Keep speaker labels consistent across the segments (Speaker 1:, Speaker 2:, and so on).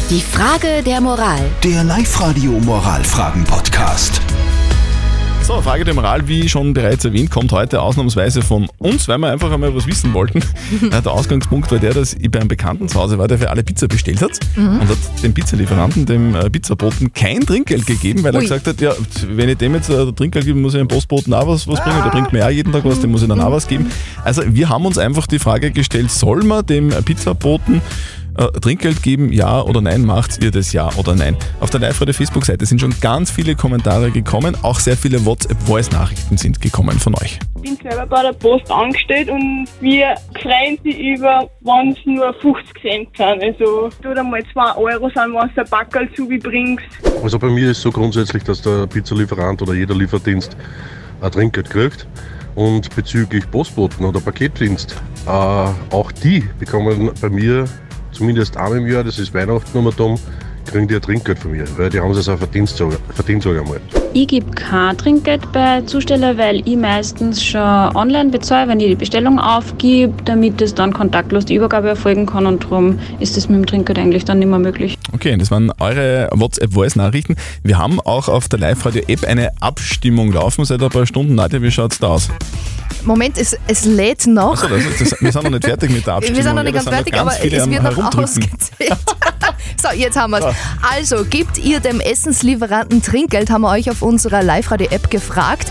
Speaker 1: Die Frage der Moral.
Speaker 2: Der Live-Radio-Moralfragen-Podcast.
Speaker 3: So, Frage der Moral, wie schon bereits erwähnt, kommt heute ausnahmsweise von uns, weil wir einfach einmal was wissen wollten. Der Ausgangspunkt war der, dass ich bei einem Bekannten zu Hause war, der für alle Pizza bestellt hat und hat dem Pizzalieferanten, dem Pizzaboten, kein Trinkgeld gegeben, weil er gesagt hat, ja, wenn ich dem jetzt Trinkgeld gebe, muss ich dem Postboten auch was bringen, der bringt mir ja jeden Tag was, dem muss ich dann auch was geben. Also wir haben uns einfach die Frage gestellt, soll man dem Pizzaboten Trinkgeld geben, ja oder nein? Macht ihr das ja oder nein? Auf der Live-Radio-Facebook-Seite sind schon ganz viele Kommentare gekommen, auch sehr viele WhatsApp-Voice-Nachrichten sind gekommen von euch.
Speaker 4: Ich bin selber bei der Post angestellt und wir freuen sich über, wenn es nur 50 Cent sind. Also tut einmal 2 Euro sind, wenn du ein Packerl zubringst.
Speaker 5: Also bei mir ist es so grundsätzlich, dass der Pizzalieferant oder jeder Lieferdienst ein Trinkgeld kriegt. Und bezüglich Postboten oder Paketdienst, auch die bekommen bei mir zumindest einmal im Jahr, das ist Weihnachten um und kriegen die ein Trinkgeld von mir, weil die haben es auch verdient, sage ich einmal.
Speaker 6: Ich gebe kein Trinkgeld bei Zusteller, weil ich meistens schon online bezahle, wenn ich die Bestellung aufgebe, damit es dann kontaktlos die Übergabe erfolgen kann und darum ist es mit dem Trinkgeld eigentlich dann nicht mehr möglich.
Speaker 3: Okay, das waren eure WhatsApp-Voice-Nachrichten. Wir haben auch auf der Live-Radio-App eine Abstimmung laufen seit ein paar Stunden. Nadja, wie schaut es da aus?
Speaker 7: Moment, es lädt noch.
Speaker 3: Achso, wir sind noch nicht fertig mit der Abstimmung.
Speaker 7: Wir sind noch nicht ganz fertig, aber es wird noch ausgezählt. So, jetzt haben wir es. Also, gebt ihr dem Essenslieferanten Trinkgeld, haben wir euch auf unserer Live-Radio-App gefragt.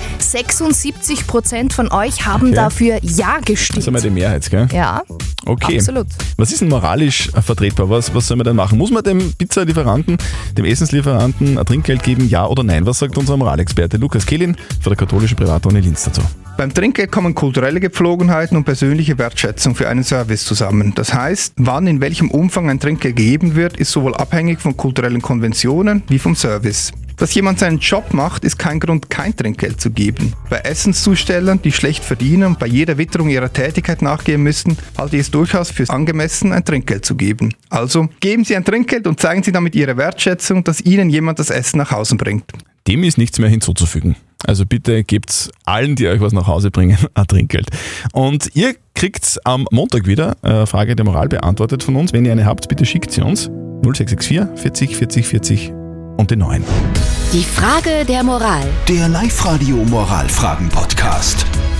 Speaker 7: 76% von euch haben dafür Ja gestimmt.
Speaker 3: Das ist einmal die Mehrheit, gell?
Speaker 7: Ja,
Speaker 3: okay.
Speaker 7: Absolut.
Speaker 3: Was ist denn moralisch vertretbar? Was soll man denn machen? Muss man dem Pizzalieferanten, dem Essenslieferanten ein Trinkgeld geben, ja oder nein? Was sagt unser Moralexperte Lukas Kehlin von der katholischen Privatuni Linz dazu?
Speaker 8: Beim Trinkgeld kommen kulturelle Gepflogenheiten und persönliche Wertschätzung für einen Service zusammen. Das heißt, wann in welchem Umfang ein Trinkgeld gegeben wird, ist sowohl abhängig von kulturellen Konventionen wie vom Service. Dass jemand seinen Job macht, ist kein Grund, kein Trinkgeld zu geben. Bei Essenszustellern, die schlecht verdienen und bei jeder Witterung ihrer Tätigkeit nachgehen müssen, halte ich es durchaus für angemessen, ein Trinkgeld zu geben. Also, geben Sie ein Trinkgeld und zeigen Sie damit Ihre Wertschätzung, dass Ihnen jemand das Essen nach Hause bringt.
Speaker 3: Dem ist nichts mehr hinzuzufügen. Also bitte gebt allen, die euch was nach Hause bringen, ein Trinkgeld. Und ihr kriegt am Montag wieder eine Frage der Moral beantwortet von uns. Wenn ihr eine habt, bitte schickt sie uns. 0664 40 40 40 und die 9.
Speaker 1: Die Frage der Moral.
Speaker 2: Der Live-Radio-Moralfragen-Podcast.